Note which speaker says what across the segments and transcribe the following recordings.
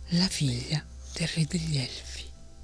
Speaker 1: La figlia del re degli elfi.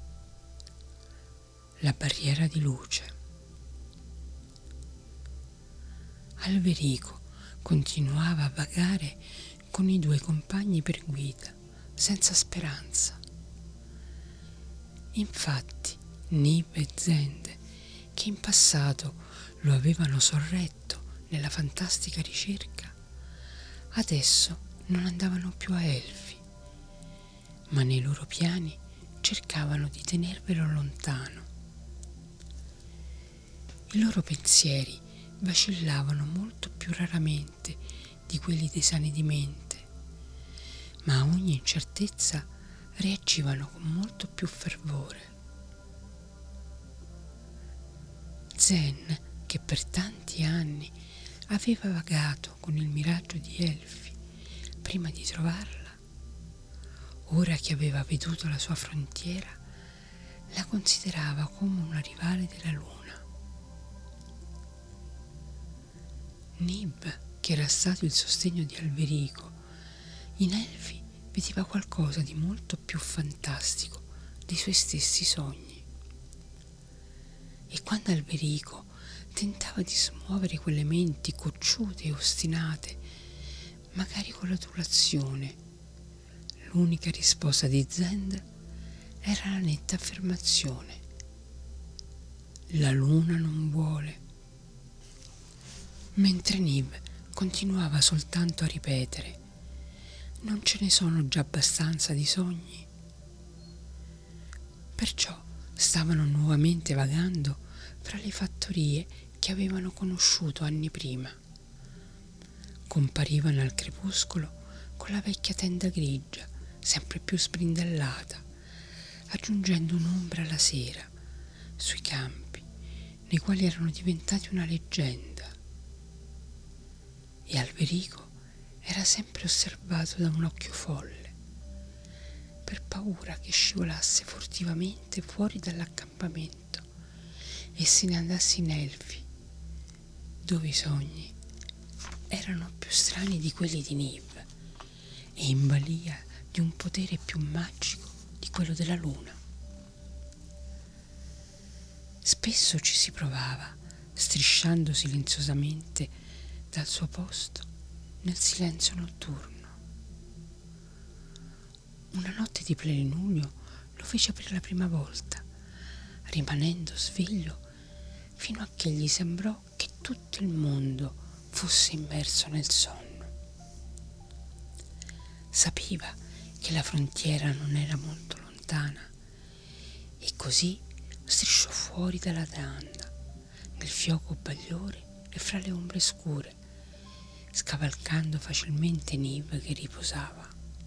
Speaker 1: La barriera di luce. Alberico continuava a vagare con i due compagni per guida, senza speranza. Infatti Nib e Zend, che in passato lo avevano sorretto nella fantastica ricerca, adesso non andavano più a Elfi, ma nei loro piani cercavano di tenervelo lontano. I loro pensieri vacillavano molto più raramente di quelli dei sani di mente, ma a ogni incertezza reagivano con molto più fervore. Zen, che per tanti anni aveva vagato con il miraggio di Elfi prima di trovarla, ora che aveva veduto la sua frontiera, la considerava come una rivale della luna. Nib, che era stato il sostegno di Alberico, in Elfi vedeva qualcosa di molto più fantastico dei suoi stessi sogni. E quando Alberico tentava di smuovere quelle menti cocciute e ostinate, magari con l'adulazione, l'unica risposta di Zend era la netta affermazione: la luna non vuole. Mentre Nib continuava soltanto a ripetere: non ce ne sono già abbastanza di sogni. Perciò stavano nuovamente vagando fra le fattorie che avevano conosciuto anni prima. Comparivano al crepuscolo con la vecchia tenda grigia, sempre più sbrindellata, aggiungendo un'ombra alla sera sui campi, nei quali erano diventati una leggenda. E Alberico era sempre osservato da un occhio folle, per paura che scivolasse furtivamente fuori dall'accampamento e se ne andasse in Elfi, dove i sogni erano più strani di quelli di Nib e in balia di un potere più magico di quello della luna. Spesso ci si provava, strisciando silenziosamente dal suo posto nel silenzio notturno. Una notte di plenilunio lo fece per la prima volta, rimanendo sveglio fino a che gli sembrò che tutto il mondo fosse immerso nel sonno. Sapeva che la frontiera non era molto lontana e così strisciò fuori dalla landa, nel fioco bagliore e fra le ombre scure, scavalcando facilmente Nib che riposava.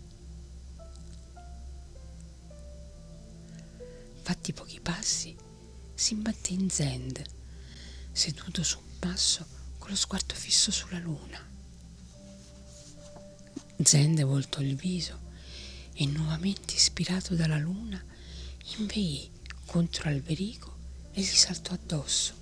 Speaker 1: Fatti pochi passi, si imbatté in Zend, seduto su un passo con lo sguardo fisso sulla luna. Zend voltò il viso e, nuovamente ispirato dalla luna, inveì contro Alberico e gli saltò addosso.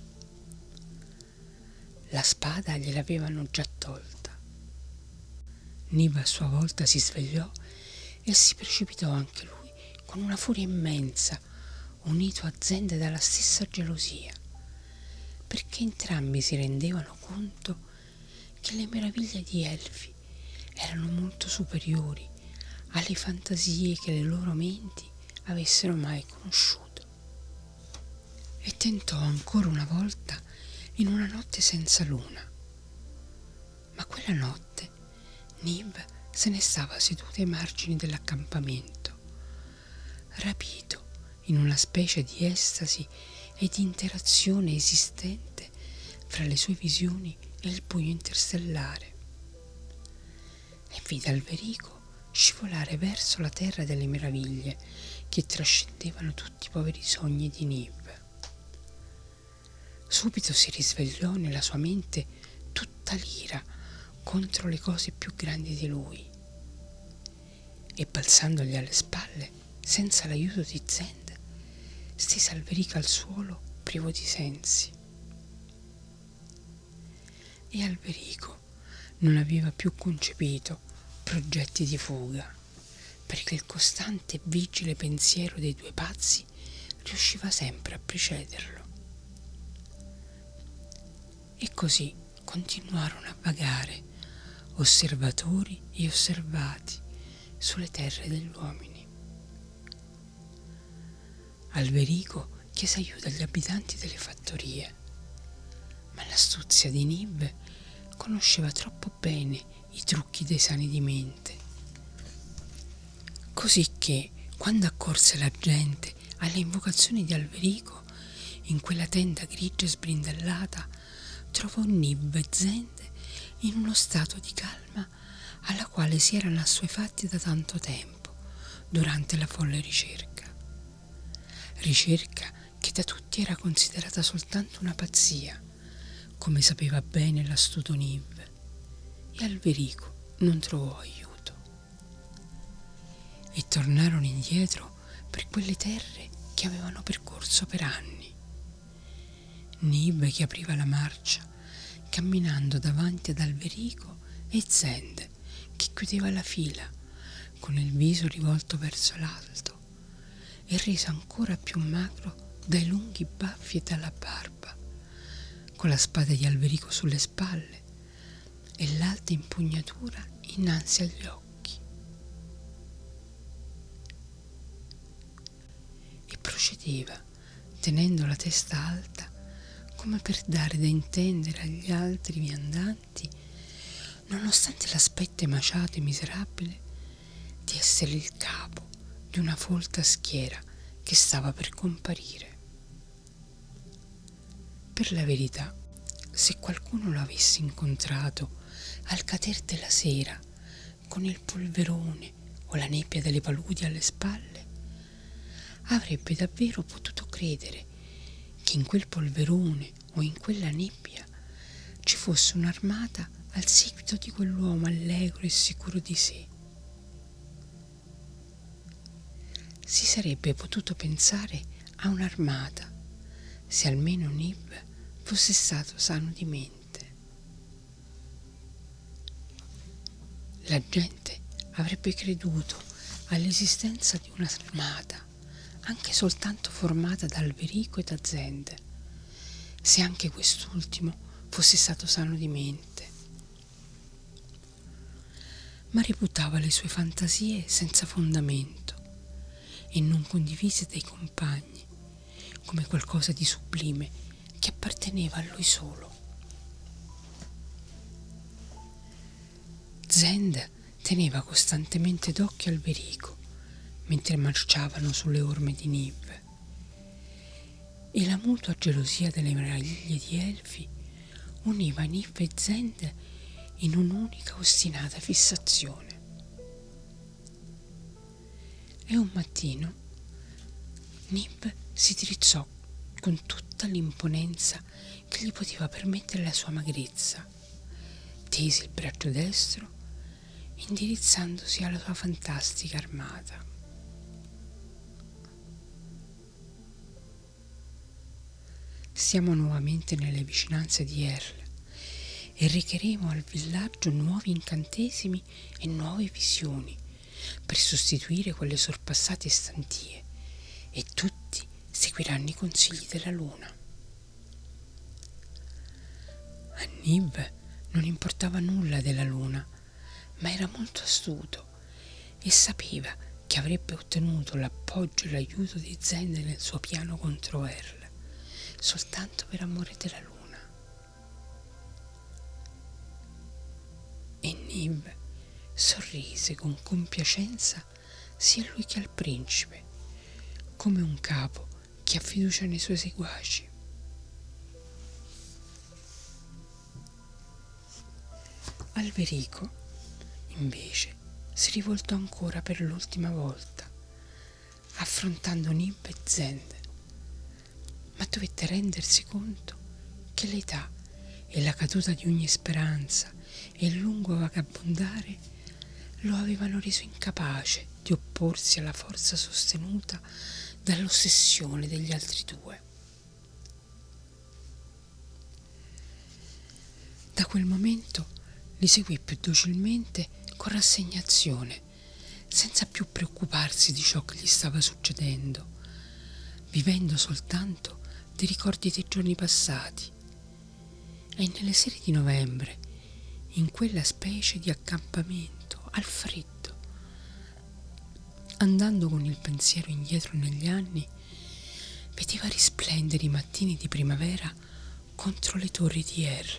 Speaker 1: La spada gliel'avevano già tolta. Nib a sua volta si svegliò e si precipitò anche lui con una furia immensa, unito a Zend dalla stessa gelosia, perché entrambi si rendevano conto che le meraviglie di Elfi erano molto superiori alle fantasie che le loro menti avessero mai conosciuto. E tentò ancora una volta in una notte senza luna, ma quella notte Nib se ne stava seduto ai margini dell'accampamento, rapito in una specie di estasi e di interazione esistente fra le sue visioni e il buio interstellare, e vide Alberico scivolare verso la terra delle meraviglie che trascendevano tutti i poveri sogni di Nib. Subito si risvegliò nella sua mente tutta l'ira contro le cose più grandi di lui e, balzandogli alle spalle, senza l'aiuto di Zend, stese Alberico al suolo privo di sensi. E Alberico non aveva più concepito progetti di fuga, perché il costante e vigile pensiero dei due pazzi riusciva sempre a precederlo. E così continuarono a vagare, osservatori e osservati, sulle terre degli uomini. Alberico chiese aiuto agli abitanti delle fattorie, ma l'astuzia di Nib conosceva troppo bene i trucchi dei sani di mente, così che, quando accorse la gente alle invocazioni di Alberico, in quella tenda grigia e sbrindellata trovò Nib e Zend in uno stato di calma alla quale si erano assuefatti da tanto tempo durante la folle ricerca che da tutti era considerata soltanto una pazzia, come sapeva bene l'astuto Nib, e Alberico non trovò aiuto. E tornarono indietro per quelle terre che avevano percorso per anni. Nib che apriva la marcia, camminando davanti ad Alberico, e Zend che chiudeva la fila, con il viso rivolto verso l'alto, e reso ancora più magro dai lunghi baffi e dalla barba, con la spada di Alberico sulle spalle e l'alta impugnatura innanzi agli occhi. E procedeva, tenendo la testa alta, come per dare da intendere agli altri viandanti, nonostante l'aspetto emaciato e miserabile, di essere il capo di una folta schiera che stava per comparire. Per la verità, se qualcuno lo avesse incontrato al cader della sera con il polverone o la nebbia delle paludi alle spalle, avrebbe davvero potuto credere che in quel polverone o in quella nebbia ci fosse un'armata al seguito di quell'uomo allegro e sicuro di sé. Si sarebbe potuto pensare a un'armata se almeno Nib fosse stato sano di mente. La gente avrebbe creduto all'esistenza di un'armata, anche soltanto formata da Alberico e da Zend, se anche quest'ultimo fosse stato sano di mente. Ma reputava le sue fantasie senza fondamento e non condivise dai compagni, come qualcosa di sublime che apparteneva a lui solo. Zend teneva costantemente d'occhio Alberico mentre marciavano sulle orme di Nib, e la mutua gelosia delle meraviglie di Elfi univa Nib e Zend in un'unica ostinata fissazione. E un mattino Nib si drizzò con tutta l'imponenza che gli poteva permettere la sua magrezza, tese il braccio destro, indirizzandosi alla sua fantastica armata. Siamo nuovamente nelle vicinanze di Erl e recheremo al villaggio nuovi incantesimi e nuove visioni per sostituire quelle sorpassate e stantie, e tutti seguiranno i consigli della luna. A Nib non importava nulla della luna, ma era molto astuto e sapeva che avrebbe ottenuto l'appoggio e l'aiuto di Zend nel suo piano contro Erl, soltanto per amore della luna. E Nib sorrise con compiacenza sia a lui che al principe, come un capo che ha fiducia nei suoi seguaci. Alberico, invece, si rivoltò ancora per l'ultima volta, affrontando Nib e Zend, ma dovette rendersi conto che l'età e la caduta di ogni speranza e il lungo vagabondare lo avevano reso incapace di opporsi alla forza sostenuta dall'ossessione degli altri due. Da quel momento li seguì più docilmente con rassegnazione, senza più preoccuparsi di ciò che gli stava succedendo, vivendo soltanto dei ricordi dei giorni passati. E nelle sere di novembre, in quella specie di accampamento al freddo, andando con il pensiero indietro negli anni, vedeva risplendere i mattini di primavera contro le torri di Er.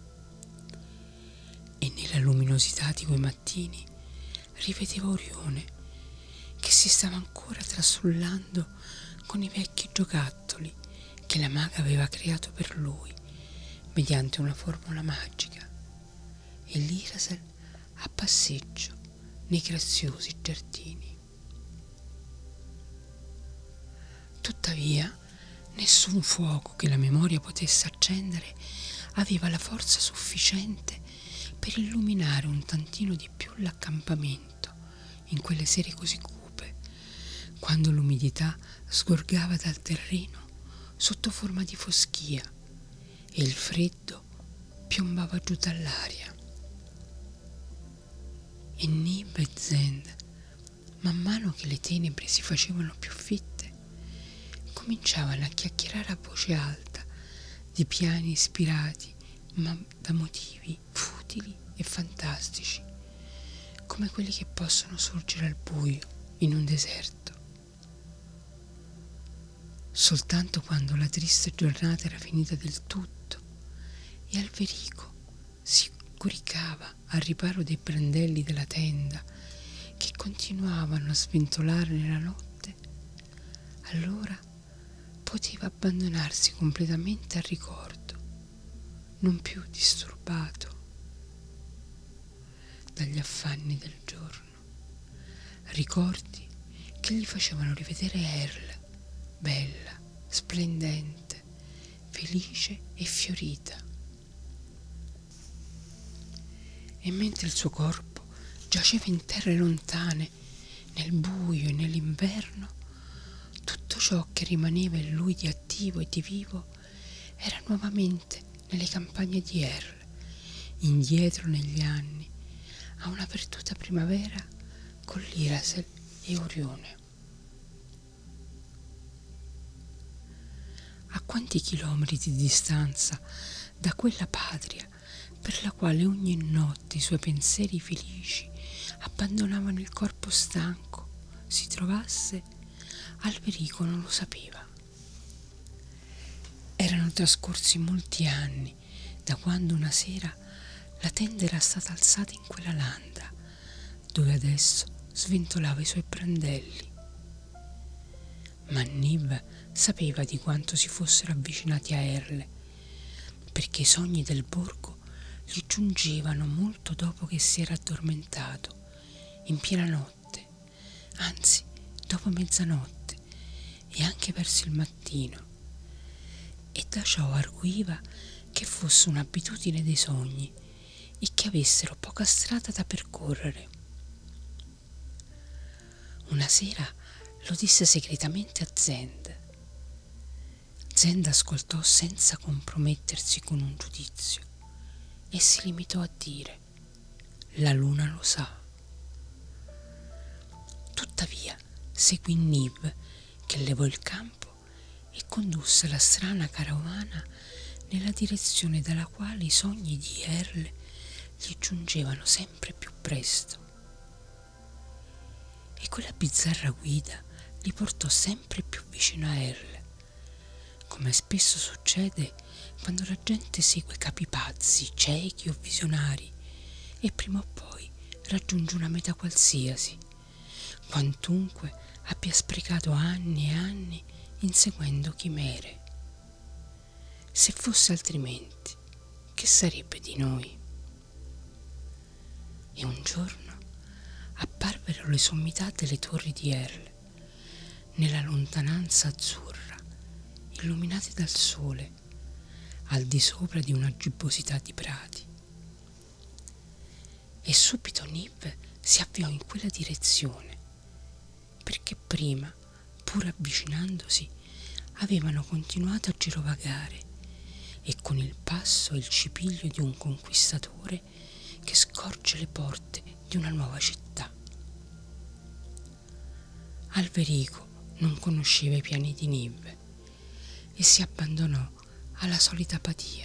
Speaker 1: E nella luminosità di quei mattini rivedeva Orione, che si stava ancora trasullando con i vecchi giocattoli che la maga aveva creato per lui mediante una formula magica, e l'Irasel a passeggio nei graziosi giardini. Tuttavia, nessun fuoco che la memoria potesse accendere aveva la forza sufficiente per illuminare un tantino di più l'accampamento in quelle sere così cupe, quando l'umidità sgorgava dal terreno sotto forma di foschia e il freddo piombava giù dall'aria. E Nib e Zend, man mano che le tenebre si facevano più fitte, cominciavano a chiacchierare a voce alta di piani ispirati ma da motivi futili e fantastici, come quelli che possono sorgere al buio in un deserto. Soltanto quando la triste giornata era finita del tutto e Alberico si coricava al riparo dei brandelli della tenda che continuavano a sventolare nella notte, allora poteva abbandonarsi completamente al ricordo, non più disturbato dagli affanni del giorno, ricordi che gli facevano rivedere Erl, bella, splendente, felice e fiorita. E mentre il suo corpo giaceva in terre lontane, nel buio e nell'inverno, tutto ciò che rimaneva in lui di attivo e di vivo era nuovamente nelle campagne di Erl, indietro negli anni, a una perduta primavera con l'Irasel e Orione. A quanti chilometri di distanza da quella patria per la quale ogni notte i suoi pensieri felici abbandonavano il corpo stanco si trovasse, Alberico non lo sapeva. Erano trascorsi molti anni da quando una sera la tenda era stata alzata in quella landa dove adesso sventolava i suoi brandelli. Ma Nib sapeva di quanto si fossero avvicinati a Erle, perché i sogni del borgo gli giungevano molto dopo che si era addormentato, in piena notte, anzi dopo mezzanotte e anche verso il mattino, e da ciò arguiva che fosse un'abitudine dei sogni e che avessero poca strada da percorrere. Una sera lo disse segretamente a Zend. Zend ascoltò senza compromettersi con un giudizio e si limitò a dire: la luna lo sa. Tuttavia seguì Nib, che levò il campo e condusse la strana carovana nella direzione dalla quale i sogni di Erle gli giungevano sempre più presto. E quella bizzarra guida li portò sempre più vicino a Erle, come spesso succede quando la gente segue capi pazzi, ciechi o visionari e prima o poi raggiunge una meta qualsiasi, quantunque abbia sprecato anni e anni inseguendo chimere. Se fosse altrimenti, che sarebbe di noi? E un giorno apparvero le sommità delle torri di Erle, nella lontananza azzurra, illuminate dal sole, al di sopra di una gibbosità di prati. E subito Nib si avviò in quella direzione, perché prima, pur avvicinandosi, avevano continuato a girovagare e con il passo e il cipiglio di un conquistatore che scorge le porte di una nuova città. Alverico non conosceva i piani di Nive e si abbandonò alla solita apatia.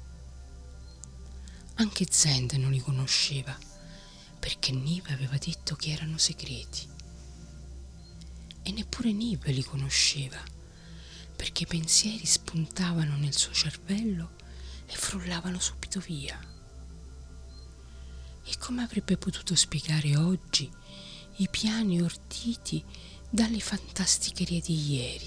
Speaker 1: Anche Zend non li conosceva, perché Nive aveva detto che erano segreti. E neppure Nive li conosceva, perché i pensieri spuntavano nel suo cervello e frullavano subito via. E come avrebbe potuto spiegare oggi i piani orditi dalle fantasticherie di ieri?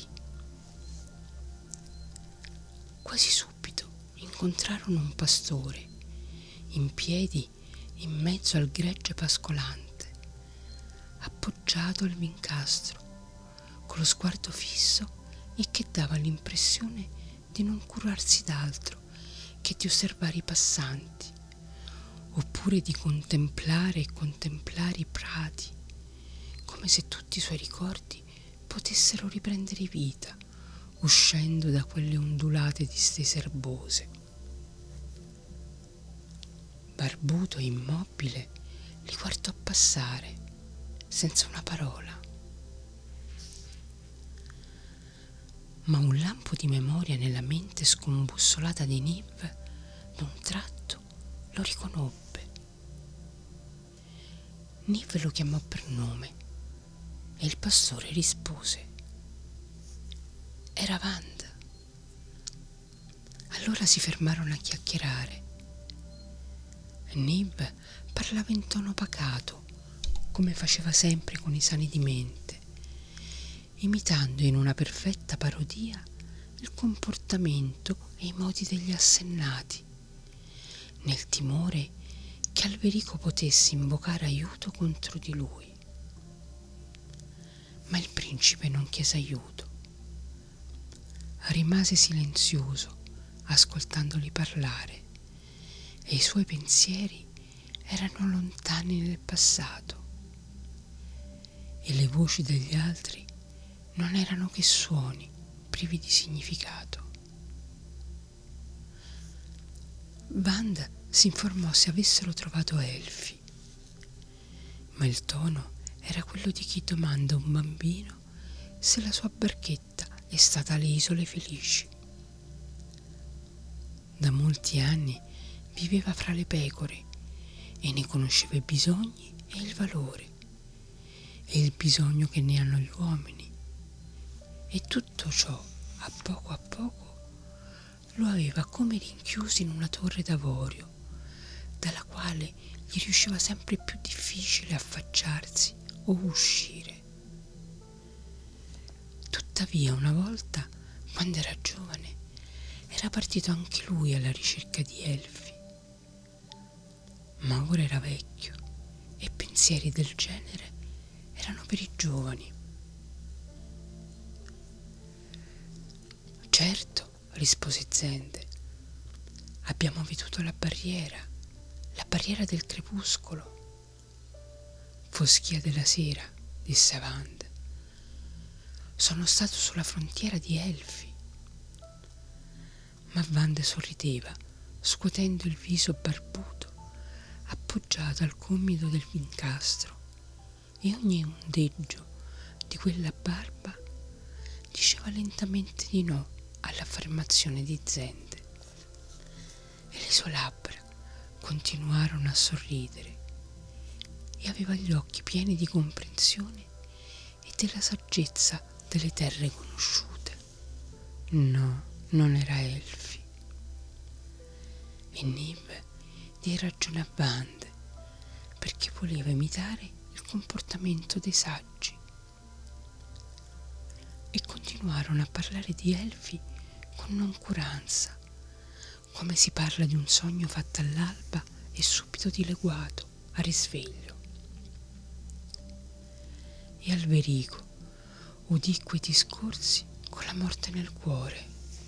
Speaker 1: Quasi subito incontrarono un pastore in piedi in mezzo al gregge pascolante, appoggiato al vincastro, con lo sguardo fisso e che dava l'impressione di non curarsi d'altro che di osservare i passanti, oppure di contemplare e contemplare i prati, come se tutti i suoi ricordi potessero riprendere vita, uscendo da quelle ondulate distese erbose. Barbuto e immobile li guardò passare, senza una parola. Ma un lampo di memoria nella mente scombussolata di Nive d'un tratto lo riconobbe. Nive lo chiamò per nome e il pastore rispose: era Wanda. Allora si fermarono a chiacchierare. Nive parlava in tono pacato, come faceva sempre con i sani di mente, imitando in una perfetta parodia il comportamento e i modi degli assennati, nel timore che Alverico potesse invocare aiuto contro di lui. Ma il principe non chiese aiuto. Rimase silenzioso, ascoltandoli parlare, e i suoi pensieri erano lontani nel passato, e le voci degli altri non erano che suoni privi di significato. Wanda si informò se avessero trovato Elfi, ma il tono era quello di chi domanda a un bambino se la sua barchetta è stata alle Isole Felici. Da molti anni viveva fra le pecore e ne conosceva i bisogni e il valore, e il bisogno che ne hanno gli uomini, e tutto ciò a poco lo aveva come rinchiuso in una torre d'avorio, dalla quale gli riusciva sempre più difficile affacciarsi o uscire. Tuttavia, una volta, quando era giovane, era partito anche lui alla ricerca di Elfi, ma ora era vecchio e pensieri del genere erano per i giovani. Certo, rispose Zende, abbiamo veduto la barriera del crepuscolo. Foschia della sera, disse Wanda. Sono stato sulla frontiera di Elfi. Ma Wanda sorrideva, scuotendo il viso barbuto, appoggiato al gomito del vincastro, e ogni ondeggio di quella barba diceva lentamente di no all'affermazione di Zende, e le sue labbra continuarono a sorridere, e aveva gli occhi pieni di comprensione e della saggezza delle terre conosciute. No, non era Elfi. E Nive diede ragione a Wanda, perché voleva imitare il comportamento dei saggi. E continuarono a parlare di Elfi con noncuranza, come si parla di un sogno fatto all'alba e subito dileguato a risveglio. E Alverico udì quei discorsi con la morte nel cuore,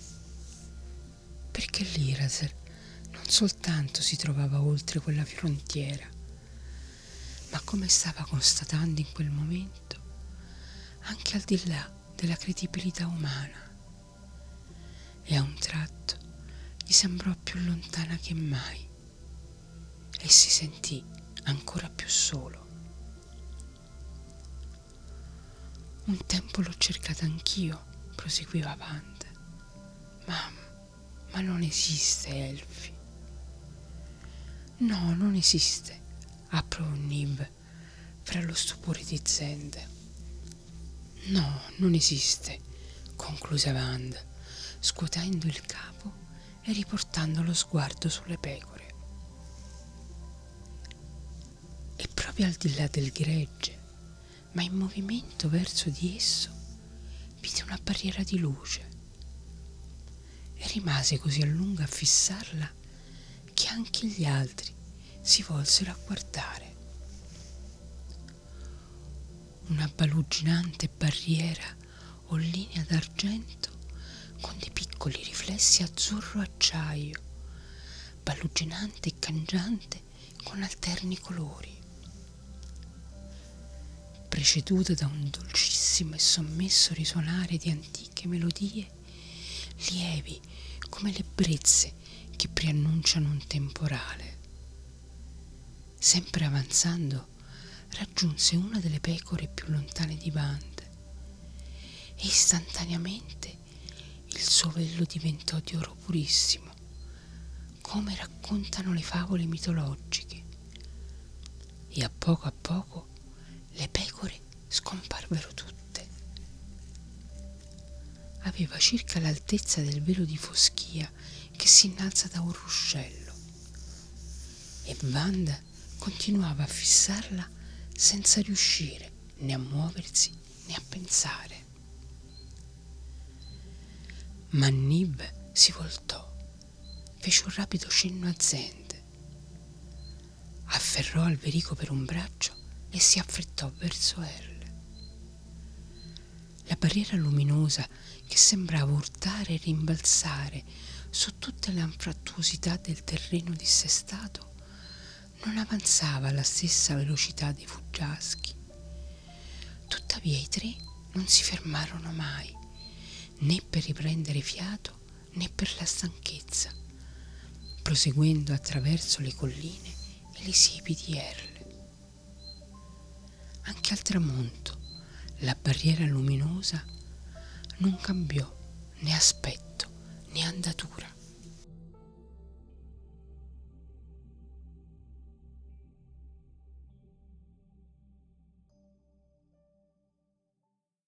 Speaker 1: perché l'Iraser non soltanto si trovava oltre quella frontiera, ma, come stava constatando in quel momento, anche al di là della credibilità umana, e a un tratto gli sembrò più lontana che mai e si sentì ancora più solo. Un tempo l'ho cercata anch'io, proseguiva Wanda. Ma non esiste, Elfi. No, non esiste, approvò Nib fra lo stupore di Zend. No, non esiste, concluse Wanda, scuotendo il capo e riportando lo sguardo sulle pecore. E proprio al di là del gregge, ma in movimento verso di esso, vide una barriera di luce e rimase così a lungo a fissarla che anche gli altri si volsero a guardare. Una baluginante barriera o linea d'argento con dei piccoli riflessi azzurro acciaio, baluginante e cangiante con alterni colori, preceduta da un dolcissimo e sommesso risuonare di antiche melodie, lievi come le brezze che preannunciano un temporale. Sempre avanzando, raggiunse una delle pecore più lontane di Wanda e istantaneamente il suo vello diventò di oro purissimo, come raccontano le favole mitologiche, e a poco le pecore scomparvero tutte. Aveva circa l'altezza del velo di foschia che si innalza da un ruscello, e Wanda continuava a fissarla senza riuscire né a muoversi né a pensare. Ma Nib si voltò, fece un rapido cenno a Zend, afferrò Alberico per un braccio e si affrettò verso Erle. La barriera luminosa che sembrava urtare e rimbalzare su tutte le anfrattuosità del terreno dissestato non avanzava alla stessa velocità dei fuggiaschi. Tuttavia i tre non si fermarono mai, né per riprendere fiato né per la stanchezza, proseguendo attraverso le colline e le siepi di Erle. Anche al tramonto la barriera luminosa non cambiò né aspetto né andatura.